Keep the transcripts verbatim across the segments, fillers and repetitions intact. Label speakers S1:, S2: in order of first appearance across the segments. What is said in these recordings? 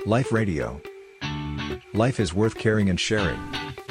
S1: Life Radio. Life is worth caring and sharing.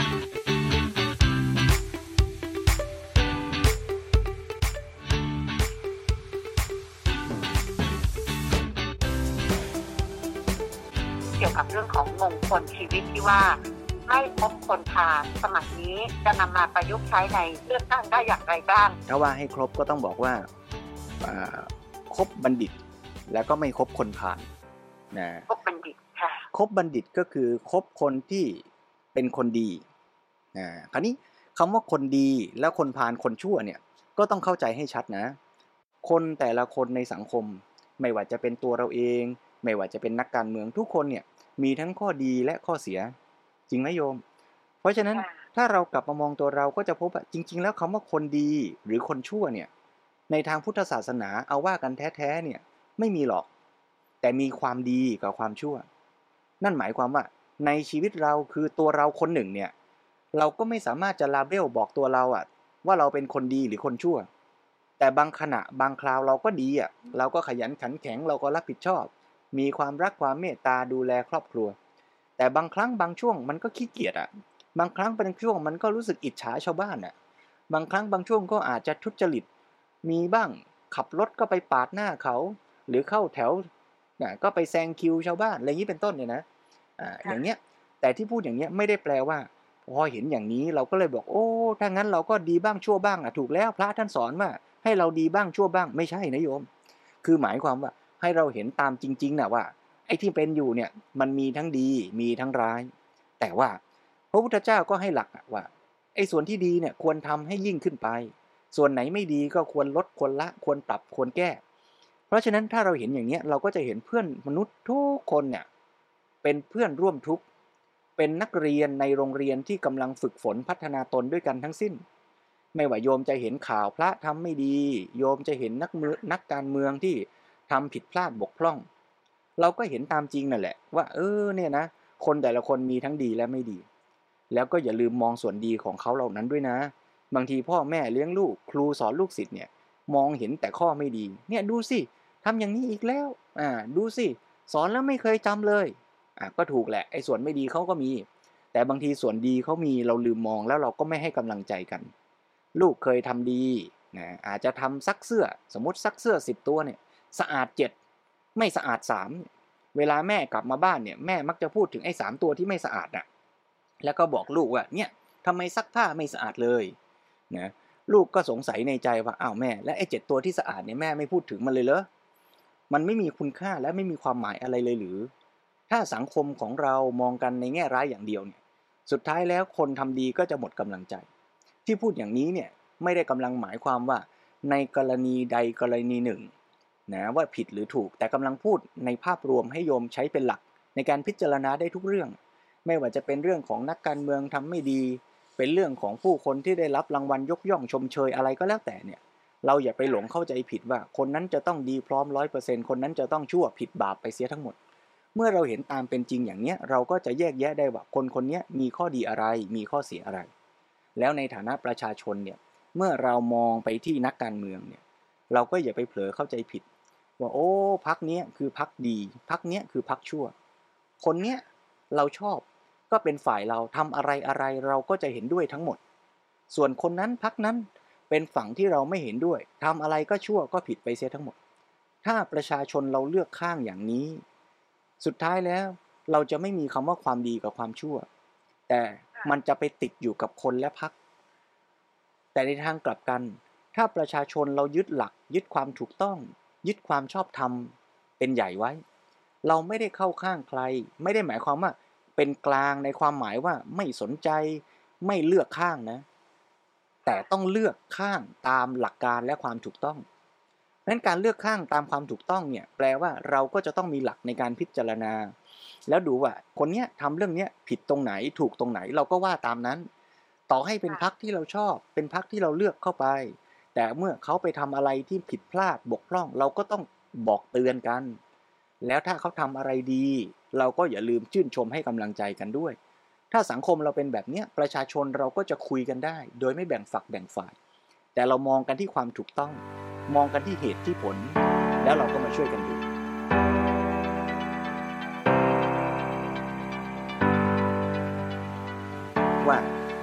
S2: เกี่ยวกับเรื่องของมงคลชีวิตที่ว่าไม่พบคนพาลสมัยนี้จะนำมาประยุกต์ใช้ในเลือกตั้งได้อย่างไรบ้าง
S3: ถ้าว่าให้ครบก็ต้องบอกว่าครบบัณฑิตแล้วก็ไม่ครบคนพาลนะ
S2: ครบบัณฑิตค่ะ
S3: ครบบัณฑิตก็คือครบคนที่เป็นคนดีนะคราวนี้คำว่าคนดีแล้วคนพาลคนชั่วเนี่ยก็ต้องเข้าใจให้ชัดนะคนแต่ละคนในสังคมไม่ว่าจะเป็นตัวเราเองไม่ว่าจะเป็นนักการเมืองทุกคนเนี่ยมีทั้งข้อดีและข้อเสียจริงไหมโยมเพราะฉะนั้นถ้าเรากลับมามองตัวเราก็จะพบว่าจริงๆแล้วคำว่าคนดีหรือคนชั่วเนี่ยในทางพุทธศาสนาเอาว่ากันแท้ๆเนี่ยไม่มีหรอกแต่มีความดีกับความชั่วนั่นหมายความว่าในชีวิตเราคือตัวเราคนหนึ่งเนี่ยเราก็ไม่สามารถจะลาเบลบอกตัวเราอะว่าเราเป็นคนดีหรือคนชั่วแต่บางขณะบางคราวเราก็ดีอะเราก็ขยันขันแข็งเราก็รับผิดชอบมีความรักความเมตตาดูแลครอบครัวแต่บางครั้งบางช่วงมันก็ขี้เกียจอ่ะบางครั้งบางช่วงมันก็รู้สึกอิจฉาชาวบ้านอ่ะบางครั้งบางช่วงก็อาจจะทุจริตมีบ้างขับรถก็ไปปาดหน้าเขาหรือเข้าแถวน่ะก็ไปแซงคิวชาวบ้านอะไรอย่างนี้เป็นต้นเนี่ยนะอ่าอย่างเงี้ยแต่ที่พูดอย่างเงี้ยไม่ได้แปลว่าพอเห็นอย่างนี้เราก็เลยบอกโอ้ถ้างั้นเราก็ดีบ้างชั่วบ้างอ่ะถูกแล้วพระท่านสอนว่าให้เราดีบ้างชั่วบ้างไม่ใช่นะโยมคือหมายความว่าให้เราเห็นตามจริงๆนะว่าไอ้ที่เป็นอยู่เนี่ยมันมีทั้งดีมีทั้งร้ายแต่ว่าพระพุทธเจ้าก็ให้หลักว่าไอ้ส่วนที่ดีเนี่ยควรทำให้ยิ่งขึ้นไปส่วนไหนไม่ดีก็ควรลดควรละควรปรับควรแก้เพราะฉะนั้นถ้าเราเห็นอย่างนี้เราก็จะเห็นเพื่อนมนุษย์ทุกคนเนี่ยเป็นเพื่อนร่วมทุกข์เป็นนักเรียนในโรงเรียนที่กำลังฝึกฝนพัฒนาตนด้วยกันทั้งสิ้นไม่ว่าโยมจะเห็นข่าวพระทำไม่ดีโยมจะเห็นนักนักการเมืองที่ทำผิดพลาดบกพร่องเราก็เห็นตามจริงนั่นแหละว่าเออเนี่ยนะคนแต่ละคนมีทั้งดีและไม่ดีแล้วก็อย่าลืมมองส่วนดีของเขาเหล่านั้นด้วยนะบางทีพ่อแม่เลี้ยงลูกครูสอนลูกศิษย์เนี่ยมองเห็นแต่ข้อไม่ดีเนี่ยดูสิทำอย่างนี้อีกแล้วอ่าดูสิสอนแล้วไม่เคยจำเลยอ่าก็ถูกแหละไอ้ส่วนไม่ดีเขาก็มีแต่บางทีส่วนดีเขามีเราลืมมองแล้วเราก็ไม่ให้กำลังใจกันลูกเคยทำดีนะอาจจะทำซักเสื้อสมมติซักเสื้อสิบตัวเนี่ยสะอาดเจ็ดไม่สะอาดสามเวลาแม่กลับมาบ้านเนี่ยแม่มักจะพูดถึงไอ้สามตัวที่ไม่สะอาดน่ะแล้วก็บอกลูกว่าเนี่ยทำไมซักผ้าไม่สะอาดเลยนะลูกก็สงสัยในใจว่าอ้าวแม่และไอ้เจ็ดตัวที่สะอาดเนี่ยแม่ไม่พูดถึงมันเลยเหรอมันไม่มีคุณค่าและไม่มีความหมายอะไรเลยหรือถ้าสังคมของเรามองกันในแง่ร้ายอย่างเดียวเนี่ยสุดท้ายแล้วคนทำดีก็จะหมดกำลังใจที่พูดอย่างนี้เนี่ยไม่ได้กำลังหมายความว่าในกรณีใดกรณีหนึ่งนะว่าผิดหรือถูกแต่กำลังพูดในภาพรวมให้โยมใช้เป็นหลักในการพิจารณาได้ทุกเรื่องไม่ว่าจะเป็นเรื่องของนักการเมืองทำไม่ดีเป็นเรื่องของผู้คนที่ได้รับรางวัลยกย่องชมเชยอะไรก็แล้วแต่เนี่ยเราอย่าไปหลงเข้าใจผิดว่าคนนั้นจะต้องดีพร้อม ร้อยเปอร์เซ็นต์ คนนั้นจะต้องชั่วผิดบาปไปเสียทั้งหมดเมื่อเราเห็นตามเป็นจริงอย่างเนี้ยเราก็จะแยกแยะได้ว่าคนคนนี้มีข้อดีอะไรมีข้อเสียอะไรแล้วในฐานะประชาชนเนี่ยเมื่อเรามองไปที่นักการเมืองเนี่ยเราก็อย่าไปเผลอเข้าใจผิดว่าโอ้พรรคเนี้ยคือพรรคดีพรรคเนี้ยคือพรรคชั่วคนเนี้ยเราชอบก็เป็นฝ่ายเราทำอะไรอะไรเราก็จะเห็นด้วยทั้งหมดส่วนคนนั้นพรรคนั้นเป็นฝั่งที่เราไม่เห็นด้วยทำอะไรก็ชั่วก็ผิดไปเสียทั้งหมดถ้าประชาชนเราเลือกข้างอย่างนี้สุดท้ายแล้วเราจะไม่มีคำว่าความดีกับความชั่วแต่มันจะไปติดอยู่กับคนและพรรคแต่ในทางกลับกันถ้าประชาชนเรายึดหลักยึดความถูกต้องยึดความชอบธรรมเป็นใหญ่ไว้เราไม่ได้เข้าข้างใครไม่ได้หมายความว่าเป็นกลางในความหมายว่าไม่สนใจไม่เลือกข้างนะแต่ต้องเลือกข้างตามหลักการและความถูกต้องเพราะฉะนั้นการเลือกข้างตามความถูกต้องเนี่ยแปลว่าเราก็จะต้องมีหลักในการพิจารณาแล้วดูว่าคนเนี้ยทำเรื่องเนี้ยผิดตรงไหนถูกตรงไหนเราก็ว่าตามนั้นต่อให้เป็นพรรคที่เราชอบเป็นพรรคที่เราเลือกเข้าไปแต่เมื่อเขาไปทำอะไรที่ผิดพลาดบกพร่องเราก็ต้องบอกเตือนกันแล้วถ้าเขาทำอะไรดีเราก็อย่าลืมชื่นชมให้กำลังใจกันด้วยถ้าสังคมเราเป็นแบบนี้ประชาชนเราก็จะคุยกันได้โดยไม่แบ่งฝักแบ่งฝ่ายแต่เรามองกันที่ความถูกต้องมองกันที่เหตุที่ผลแล้วเราก็มาช่วยกันดู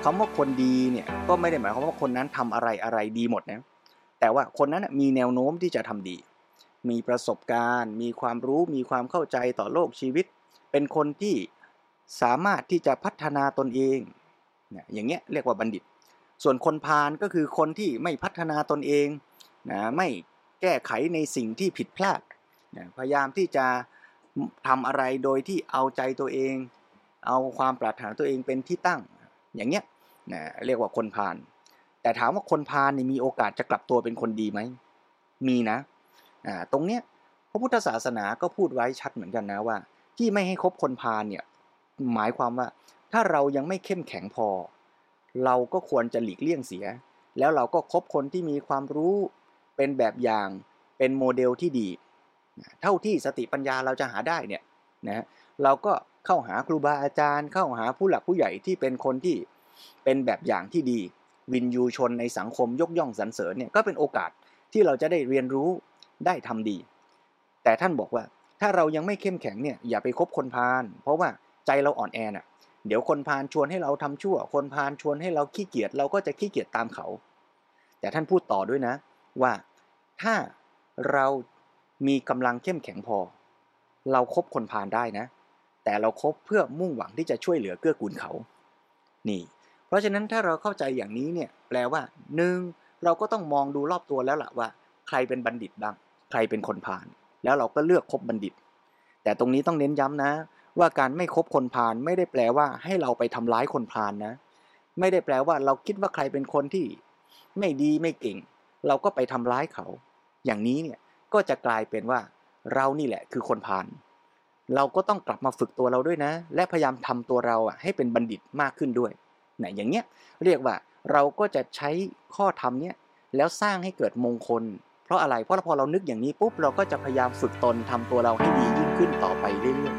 S3: ำว่าคนดีเนี่ยก็ไม่ได้หมายความว่าคนนั้นทำอะไรอะไรดีหมดนะแต่ว่าคนนั้นมีแนวโน้มที่จะทำดีมีประสบการณ์มีความรู้มีความเข้าใจต่อโลกชีวิตเป็นคนที่สามารถที่จะพัฒนาตนเองเนี่ยอย่างเงี้ยเรียกว่าบัณฑิตส่วนคนพาลก็คือคนที่ไม่พัฒนาตนเองนะไม่แก้ไขในสิ่งที่ผิดพลาดนะพยายามที่จะทำอะไรโดยที่เอาใจตัวเองเอาความปรารถนาตัวเองเป็นที่ตั้งอย่างเงี้ยนะเรียกว่าคนพาลแต่ถามว่าคนพาลนี่มีโอกาสจะกลับตัวเป็นคนดีไหมมีนะอ่าตรงเนี้ยพระพุทธศาสนาก็พูดไว้ชัดเหมือนกันนะว่าที่ไม่ให้คบคนพาลเนี่ยหมายความว่าถ้าเรายังไม่เข้มแข็งพอเราก็ควรจะหลีกเลี่ยงเสียแล้วเราก็คบคนที่มีความรู้เป็นแบบอย่างเป็นโมเดลที่ดีเท่าที่สติปัญญาเราจะหาได้เนี่ยนะเราก็เข้าหาครูบาอาจารย์เข้าหาผู้หลักผู้ใหญ่ที่เป็นคนที่เป็นแบบอย่างที่ดีวินยูชนในสังคมยกย่องสรรเสริญเนี่ยก็เป็นโอกาสที่เราจะได้เรียนรู้ได้ทำดีแต่ท่านบอกว่าถ้าเรายังไม่เข้มแข็งเนี่ยอย่าไปคบคนพาลเพราะว่าใจเราอ่อนแอน่ะเดี๋ยวคนพาลชวนให้เราทำชั่วคนพาลชวนให้เราขี้เกียจเราก็จะขี้เกียจตามเขาแต่ท่านพูดต่อด้วยนะว่าถ้าเรามีกำลังเข้มแข็งพอเราคบคนพาลได้นะแต่เราคบเพื่อมุ่งหวังที่จะช่วยเหลือเกื้อกูลเขานี่เพราะฉะนั้นถ้าเราเข้าใจอย่างนี้เนี่ยแปลว่าหนึ่งเราก็ต้องมองดูรอบตัวแล้วล่ะว่าใครเป็นบัณฑิตบ้างใครเป็นคนพาลแล้วเราก็เลือกคบบัณฑิตแต่ตรงนี้ต้องเน้นย้ำนะว่าการไม่คบคนพาลไม่ได้แปลว่าให้เราไปทำร้ายคนพาลนะไม่ได้แปลว่าเราคิดว่าใครเป็นคนที่ไม่ดีไม่เก่งเราก็ไปทำร้ายเขาอย่างนี้เนี่ยก็จะกลายเป็นว่าเรานี่แหละคือคนพาลเราก็ต้องกลับมาฝึกตัวเราด้วยนะและพยายามทำตัวเราอ่ะให้เป็นบัณฑิตมากขึ้นด้วยเนี่ยอย่างเงี้ยเรียกว่าเราก็จะใช้ข้อธรรมเนี้ยแล้วสร้างให้เกิดมงคลเพราะอะไรเพราะพอเรานึกอย่างนี้ปุ๊บเราก็จะพยายามฝึกตนทำตัวเราให้ดียิ่งขึ้นต่อไปเรื่อย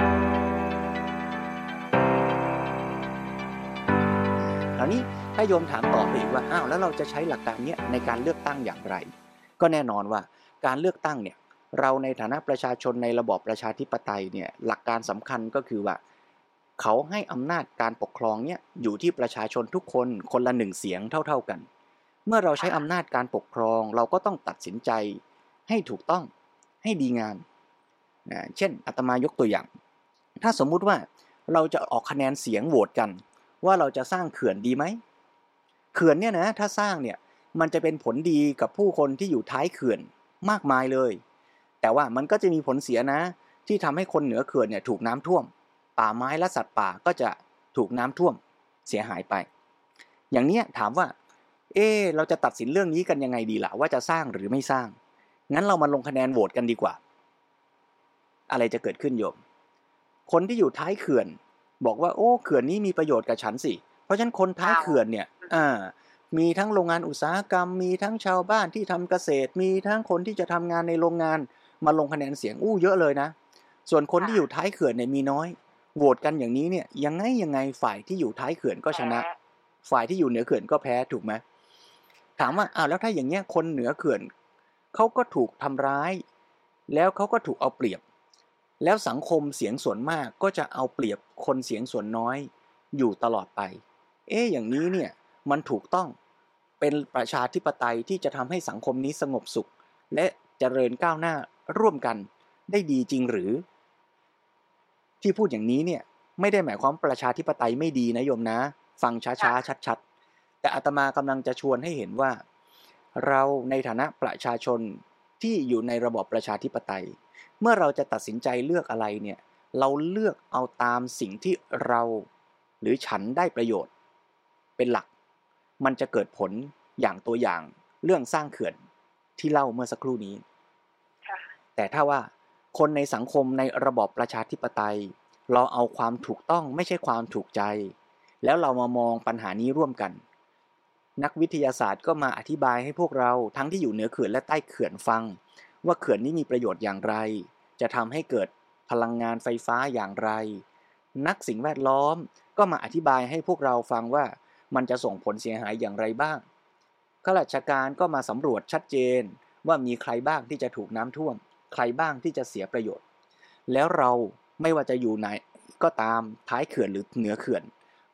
S3: ๆคราวนี้ถ้าโยมถามต่อไปอีกว่าอ้าวแล้วเราจะใช้หลักการนี้ในการเลือกตั้งอย่างไรก็แน่นอนว่าการเลือกตั้งเนี่ยเราในฐานะประชาชนในระบอบประชาธิปไตยเนี่ยหลักการสำคัญก็คือว่าเขาให้อำนาจการปกครองเนี่ยอยู่ที่ประชาชนทุกคนคนละหนึ่งเสียงเท่าๆกันเมื่อเราใช้อำนาจการปกครองเราก็ต้องตัดสินใจให้ถูกต้องให้ดีงามนะเช่นอาตมายกตัวอย่างถ้าสมมุติว่าเราจะออกคะแนนเสียงโหวตกันว่าเราจะสร้างเขื่อนดีไหมเขื่อนเนี่ยนะถ้าสร้างเนี่ยมันจะเป็นผลดีกับผู้คนที่อยู่ท้ายเขื่อนมากมายเลยแต่ว่ามันก็จะมีผลเสียนะที่ทำให้คนเหนือเขื่อนเนี่ยถูกน้ำท่วมป่าไม้และสัตว์ป่าก็จะถูกน้ำท่วมเสียหายไปอย่างนี้ถามว่าเออเราจะตัดสินเรื่องนี้กันยังไงดีล่ะว่าจะสร้างหรือไม่สร้างงั้นเรามาลงคะแนนโหวตกันดีกว่าอะไรจะเกิดขึ้นโยมคนที่อยู่ท้ายเขื่อนบอกว่าโอ้เขื่อนนี้มีประโยชน์กับฉันสิเพราะฉะนั้นคนท้ายเขื่อนเนี่ยอ่ามีทั้งโรงงานอุตสาหกรรมมีทั้งชาวบ้านที่ทำเกษตรมีทั้งคนที่จะทำงานในโรงงานมาลงคะแนนเสียงอู้เยอะเลยนะส่วนคนที่อยู่ท้ายเขื่อนเนี่ยมีน้อยโหวตกันอย่างนี้เนี่ยยังไงยังไงฝ่ายที่อยู่ท้ายเขื่อนก็ชนะฝ่ายที่อยู่เหนือเขื่อนก็แพ้ถูกไหมถามว่าอ้าวแล้วถ้าอย่างเงี้ยคนเหนือเขื่อนเขาก็ถูกทำร้ายแล้วเขาก็ถูกเอาเปรียบแล้วสังคมเสียงส่วนมากก็จะเอาเปรียบคนเสียงส่วนน้อยอยู่ตลอดไปเอ๊ะอย่างนี้เนี่ยมันถูกต้องเป็นประชาธิปไตยที่จะทำให้สังคมนี้สงบสุขและเจริญก้าวหน้าร่วมกันได้ดีจริงหรือที่พูดอย่างนี้เนี่ยไม่ได้หมายความประชาธิปไตยไม่ดีนะโยมนะฟังช้าๆชัดๆแต่อาตมากำลังจะชวนให้เห็นว่าเราในฐานะประชาชนที่อยู่ในระบอบประชาธิปไตยเมื่อเราจะตัดสินใจเลือกอะไรเนี่ยเราเลือกเอาตามสิ่งที่เราหรือฉันได้ประโยชน์เป็นหลักมันจะเกิดผลอย่างตัวอย่างเรื่องสร้างเขื่อนที่เล่าเมื่อสักครู่นี้แต่ถ้าว่าคนในสังคมในระบอบประชาธิปไตยเราเอาความถูกต้องไม่ใช่ความถูกใจแล้วเรามามองปัญหานี้ร่วมกันนักวิทยาศาสตร์ก็มาอธิบายให้พวกเราทั้งที่อยู่เหนือเขื่อนและใต้เขื่อนฟังว่าเขื่อนนี้มีประโยชน์อย่างไรจะทำให้เกิดพลังงานไฟฟ้าอย่างไรนักสิ่งแวดล้อมก็มาอธิบายให้พวกเราฟังว่ามันจะส่งผลเสียหายอย่างไรบ้างข้าราชการก็มาสำรวจชัดเจนว่ามีใครบ้างที่จะถูกน้ำท่วมใครบ้างที่จะเสียประโยชน์แล้วเราไม่ว่าจะอยู่ไหนก็ตามท้ายเขื่อนหรือเหนือเขื่อน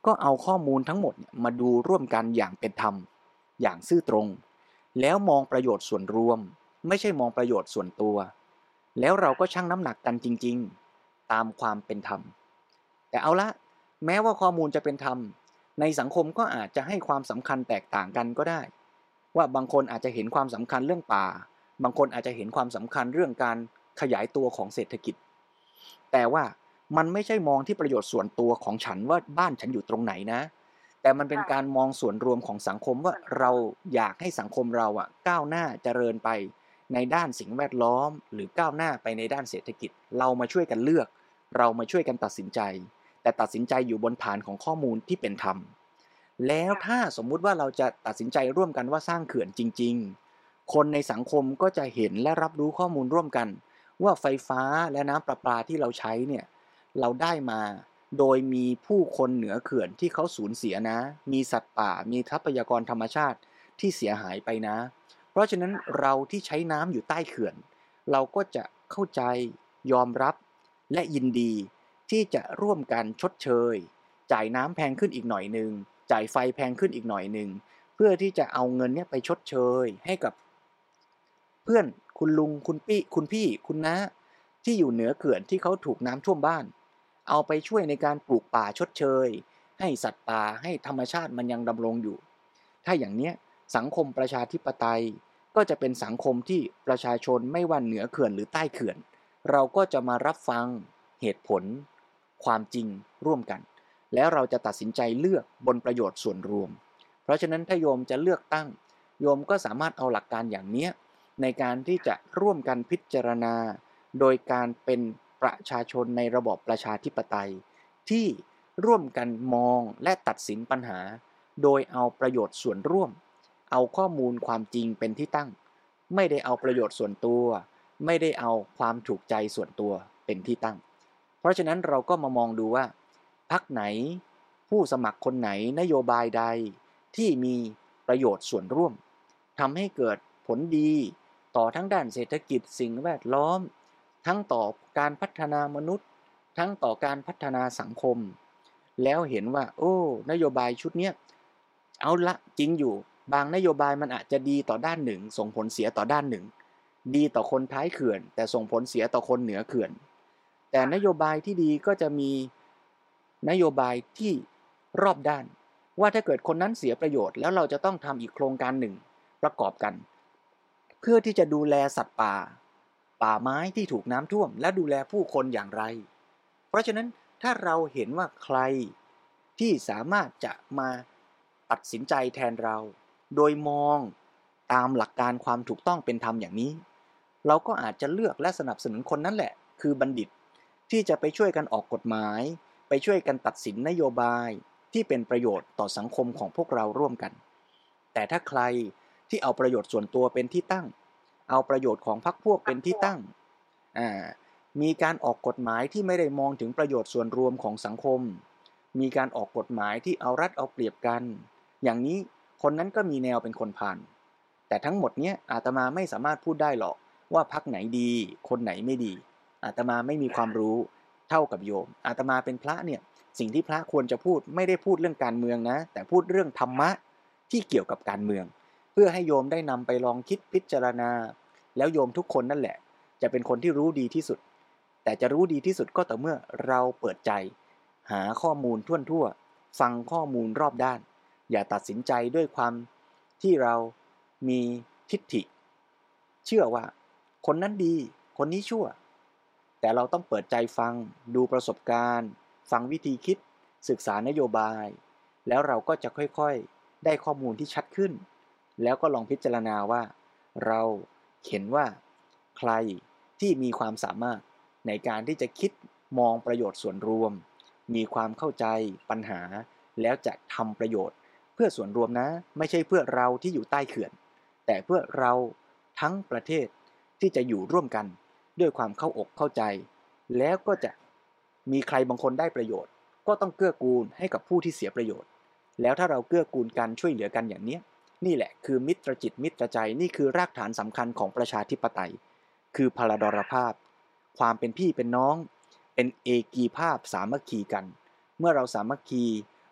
S3: ก็เอาข้อมูลทั้งหมดมาดูร่วมกันอย่างเป็นธรรมอย่างซื่อตรงแล้วมองประโยชน์ส่วนรวมไม่ใช่มองประโยชน์ส่วนตัวแล้วเราก็ชั่งน้ำหนักกันจริงๆตามความเป็นธรรมแต่เอาละแม้ว่าข้อมูลจะเป็นธรรมในสังคมก็อาจจะให้ความสำคัญแตกต่างกันก็ได้ว่าบางคนอาจจะเห็นความสำคัญเรื่องป่าบางคนอาจจะเห็นความสำคัญเรื่องการขยายตัวของเศรษฐกิจแต่ว่ามันไม่ใช่มองที่ประโยชน์ส่วนตัวของฉันว่าบ้านฉันอยู่ตรงไหนนะแต่มันเป็นการมองส่วนรวมของสังคมว่าเราอยากให้สังคมเราอะก้าวหน้าเจริญไปในด้านสิ่งแวดล้อมหรือก้าวหน้าไปในด้านเศรษฐกิจเรามาช่วยกันเลือกเรามาช่วยกันตัดสินใจแต่ตัดสินใจอยู่บนฐานของข้อมูลที่เป็นธรรมแล้วถ้าสมมุติว่าเราจะตัดสินใจร่วมกันว่าสร้างเขื่อนจริงๆคนในสังคมก็จะเห็นและรับรู้ข้อมูลร่วมกันว่าไฟฟ้าและน้ำประปาที่เราใช้เนี่ยเราได้มาโดยมีผู้คนเหนือเขื่อนที่เขาสูญเสียนะมีสัตว์ป่ามีทรัพยากรธรรมชาติที่เสียหายไปนะเพราะฉะนั้นเราที่ใช้น้ำอยู่ใต้เขื่อนเราก็จะเข้าใจยอมรับและยินดีที่จะร่วมกันชดเชยจ่ายน้ำแพงขึ้นอีกหน่อยนึงจ่ายไฟแพงขึ้นอีกหน่อยนึงเพื่อที่จะเอาเงินเนี้ยไปชดเชยให้กับเพื่อนคุณลุงคุณพี่คุณพี่คุณน้าที่อยู่เหนือเขื่อนที่เขาถูกน้ำท่วมบ้านเอาไปช่วยในการปลูกป่าชดเชยให้สัตว์ป่าให้ธรรมชาติมันยังดำรงอยู่ถ้าอย่างเนี้ยสังคมประชาธิปไตยก็จะเป็นสังคมที่ประชาชนไม่ว่าเหนือเขื่อนหรือใต้เขื่อนเราก็จะมารับฟังเหตุผลความจริงร่วมกันแล้วเราจะตัดสินใจเลือกบนประโยชน์ส่วนรวมเพราะฉะนั้นถ้าโยมจะเลือกตั้งโยมก็สามารถเอาหลักการอย่างนี้ในการที่จะร่วมกันพิจารณาโดยการเป็นประชาชนในระบอบประชาธิปไตยที่ร่วมกันมองและตัดสินปัญหาโดยเอาประโยชน์ส่วนร่วมเอาข้อมูลความจริงเป็นที่ตั้งไม่ได้เอาประโยชน์ส่วนตัวไม่ได้เอาความถูกใจส่วนตัวเป็นที่ตั้งเพราะฉะนั้นเราก็มามองดูว่าพรรคไหนผู้สมัครคนไหนนโยบายใดที่มีประโยชน์ส่วนร่วมทำให้เกิดผลดีต่อทั้งด้านเศรษฐกิจสิ่งแวดล้อมทั้งต่อการพัฒนามนุษย์ทั้งต่อการพัฒนาสังคมแล้วเห็นว่าโอ้นโยบายชุดเนี้ยเอาละจริงอยู่บางนโยบายมันอาจจะดีต่อด้านหนึ่งส่งผลเสียต่อด้านหนึ่งดีต่อคนท้ายเขื่อนแต่ส่งผลเสียต่อคนเหนือเขื่อนแต่นโยบายที่ดีก็จะมีนโยบายที่รอบด้านว่าถ้าเกิดคนนั้นเสียประโยชน์แล้วเราจะต้องทำอีกโครงการหนึ่งประกอบกันเพื่อที่จะดูแลสัตว์ป่าป่าไม้ที่ถูกน้ำท่วมและดูแลผู้คนอย่างไรเพราะฉะนั้นถ้าเราเห็นว่าใครที่สามารถจะมาตัดสินใจแทนเราโดยมองตามหลักการความถูกต้องเป็นธรรมอย่างนี้เราก็อาจจะเลือกและสนับสนุนคนนั้นแหละคือบัณฑิตที่จะไปช่วยกันออกกฎหมายไปช่วยกันตัดสินนโยบายที่เป็นประโยชน์ต่อสังคมของพวกเราร่วมกันแต่ถ้าใครที่เอาประโยชน์ส่วนตัวเป็นที่ตั้งเอาประโยชน์ของพรรคพวกเป็นที่ตั้งอ่ามีการออกกฎหมายที่ไม่ได้มองถึงประโยชน์ส่วนรวมของสังคมมีการออกกฎหมายที่เอารัดเอาเปรียบกันอย่างนี้คนนั้นก็มีแนวเป็นคนพาลแต่ทั้งหมดเนี้ยอาตมาไม่สามารถพูดได้หรอกว่าพรรคไหนดีคนไหนไม่ดีอาตมาไม่มีความรู้เท่ากับโยมอาตมาเป็นพระเนี่ยสิ่งที่พระควรจะพูดไม่ได้พูดเรื่องการเมืองนะแต่พูดเรื่องธรรมะที่เกี่ยวกับการเมืองเพื่อให้โยมได้นำไปลองคิดพิจารณาแล้วโยมทุกคนนั่นแหละจะเป็นคนที่รู้ดีที่สุดแต่จะรู้ดีที่สุดก็ต่อเมื่อเราเปิดใจหาข้อมูลทั่วๆฟังข้อมูลรอบด้านอย่าตัดสินใจด้วยความที่เรามีทิฏฐิเชื่อว่าคนนั้นดีคนนี้ชั่วแต่เราต้องเปิดใจฟังดูประสบการณ์ฟังวิธีคิดศึกษานโยบายแล้วเราก็จะค่อยๆได้ข้อมูลที่ชัดขึ้นแล้วก็ลองพิจารณาว่าเราเห็นว่าใครที่มีความสามารถในการที่จะคิดมองประโยชน์ส่วนรวมมีความเข้าใจปัญหาแล้วจะทำประโยชน์เพื่อส่วนรวมนะไม่ใช่เพื่อเราที่อยู่ใต้เขื่อนแต่เพื่อเราทั้งประเทศที่จะอยู่ร่วมกันด้วยความเข้าอกเข้าใจแล้วก็จะมีใครบางคนได้ประโยชน์ก็ต้องเกื้อกูลให้กับผู้ที่เสียประโยชน์แล้วถ้าเราเกื้อกูลกันช่วยเหลือกันอย่างนี้นี่แหละคือมิตรจิตมิตรใจนี่คือรากฐานสำคัญของประชาธิปไตยคือพลดรภาพความเป็นพี่เป็นน้องเป็นเอกีภาพสามัคคีกันเมื่อเราสามัคคี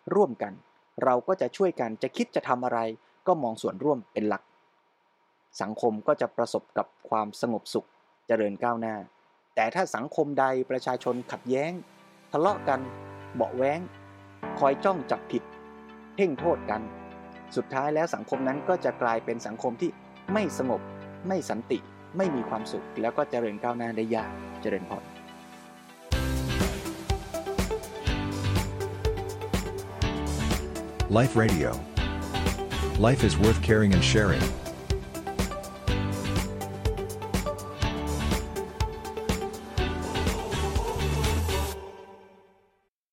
S3: ร่วมกันเราก็จะช่วยกันจะคิดจะทำอะไรก็มองส่วนร่วมเป็นหลักสังคมก็จะประสบกับความสงบสุขเจริญก้าวหน้าแต่ถ้าสังคมใดประชาชนขัดแย้งทะเลาะกันเบาะแว้งคอยจ้องจับผิดเพ่งโทษกันสุดท้ายแล้วสังคมนั้นก็จะกลายเป็นสังคมที่ไม่สงบไม่สันติไม่มีความสุขแล้วก็เจริญก้าวหน้าได้ยากเจริญพร
S1: Life Radio. Life is worth caring and sharing.